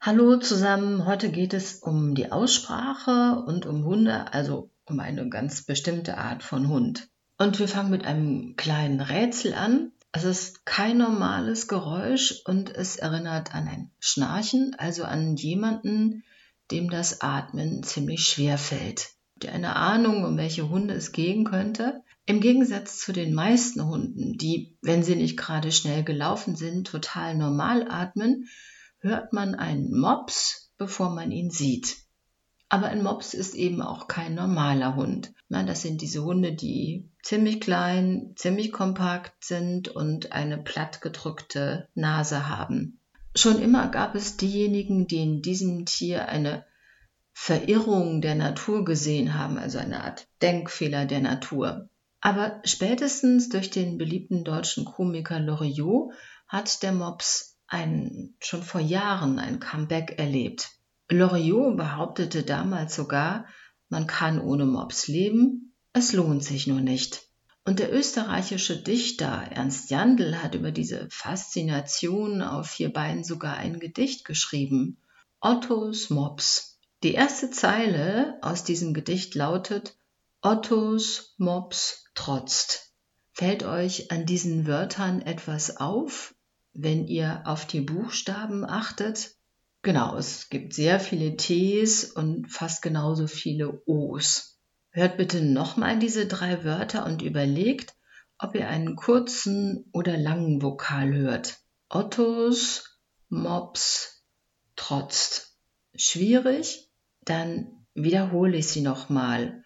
Hallo zusammen, heute geht es um die Aussprache und um Hunde, also um eine ganz bestimmte Art von Hund. Und wir fangen mit einem kleinen Rätsel an. Es ist kein normales Geräusch und es erinnert an ein Schnarchen, also an jemanden, dem das Atmen ziemlich schwer fällt. Habt ihr eine Ahnung, um welche Hunde es gehen könnte? Im Gegensatz zu den meisten Hunden, die, wenn sie nicht gerade schnell gelaufen sind, total normal atmen, hört man einen Mops, bevor man ihn sieht. Aber ein Mops ist eben auch kein normaler Hund. Das sind diese Hunde, die ziemlich klein, ziemlich kompakt sind und eine plattgedrückte Nase haben. Schon immer gab es diejenigen, die in diesem Tier eine Verirrung der Natur gesehen haben, also eine Art Denkfehler der Natur. Aber spätestens durch den beliebten deutschen Komiker Loriot hat der Mops schon vor Jahren ein Comeback erlebt. Loriot behauptete damals sogar, man kann ohne Mops leben, es lohnt sich nur nicht. Und der österreichische Dichter Ernst Jandl hat über diese Faszination auf 4 Beinen sogar ein Gedicht geschrieben. Ottos Mops. Die erste Zeile aus diesem Gedicht lautet: Ottos Mops trotzt. Fällt euch an diesen Wörtern etwas auf, wenn ihr auf die Buchstaben achtet? Genau, es gibt sehr viele Ts und fast genauso viele Os. Hört bitte nochmal diese 3 Wörter und überlegt, ob ihr einen kurzen oder langen Vokal hört. Ottos Mops trotzt. Schwierig? Dann wiederhole ich sie nochmal.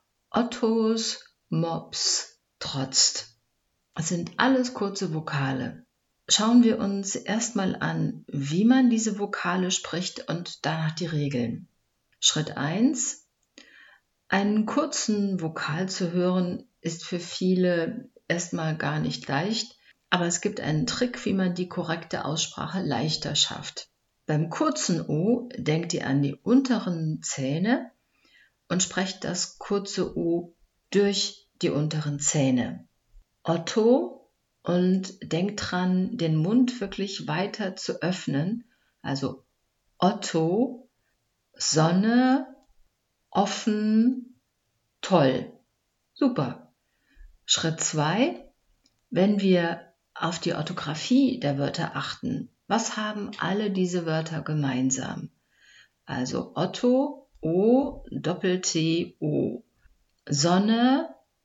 Ottos Mops trotzt. Es sind alles kurze Vokale. Schauen wir uns erstmal an, wie man diese Vokale spricht und danach die Regeln. Schritt 1. Einen kurzen Vokal zu hören ist für viele erstmal gar nicht leicht, aber es gibt einen Trick, wie man die korrekte Aussprache leichter schafft. Beim kurzen O denkt ihr an die unteren Zähne und sprecht das kurze O durch die unteren Zähne. Otto, und denkt dran, den Mund wirklich weiter zu öffnen. Also Otto, Sonne, offen, toll. Super. Schritt 2. Wenn wir auf die Orthographie der Wörter achten, was haben alle diese Wörter gemeinsam? Also Otto, O, Doppel-T-O. Sonne,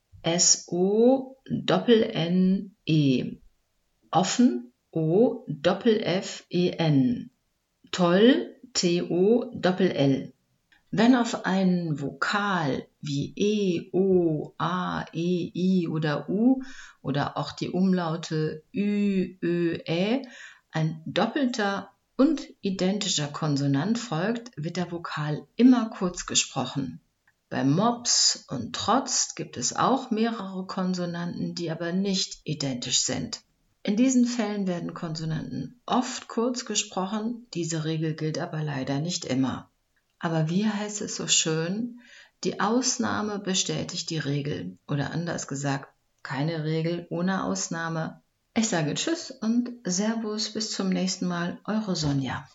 S-O-N-N-E. Offen, O-F-F-E-N. Toll, T-O-L-L. Wenn auf einen Vokal wie E, O, A, E, I oder U oder auch die Umlaute Ü, Ö, Ä ein doppelter und identischer Konsonant folgt, wird der Vokal immer kurz gesprochen. Beim Mops und Trotz gibt es auch mehrere Konsonanten, die aber nicht identisch sind. In diesen Fällen werden Konsonanten oft kurz gesprochen, diese Regel gilt aber leider nicht immer. Aber wie heißt es so schön? Die Ausnahme bestätigt die Regel. Oder anders gesagt, keine Regel ohne Ausnahme. Ich sage Tschüss und Servus, bis zum nächsten Mal, eure Sonja.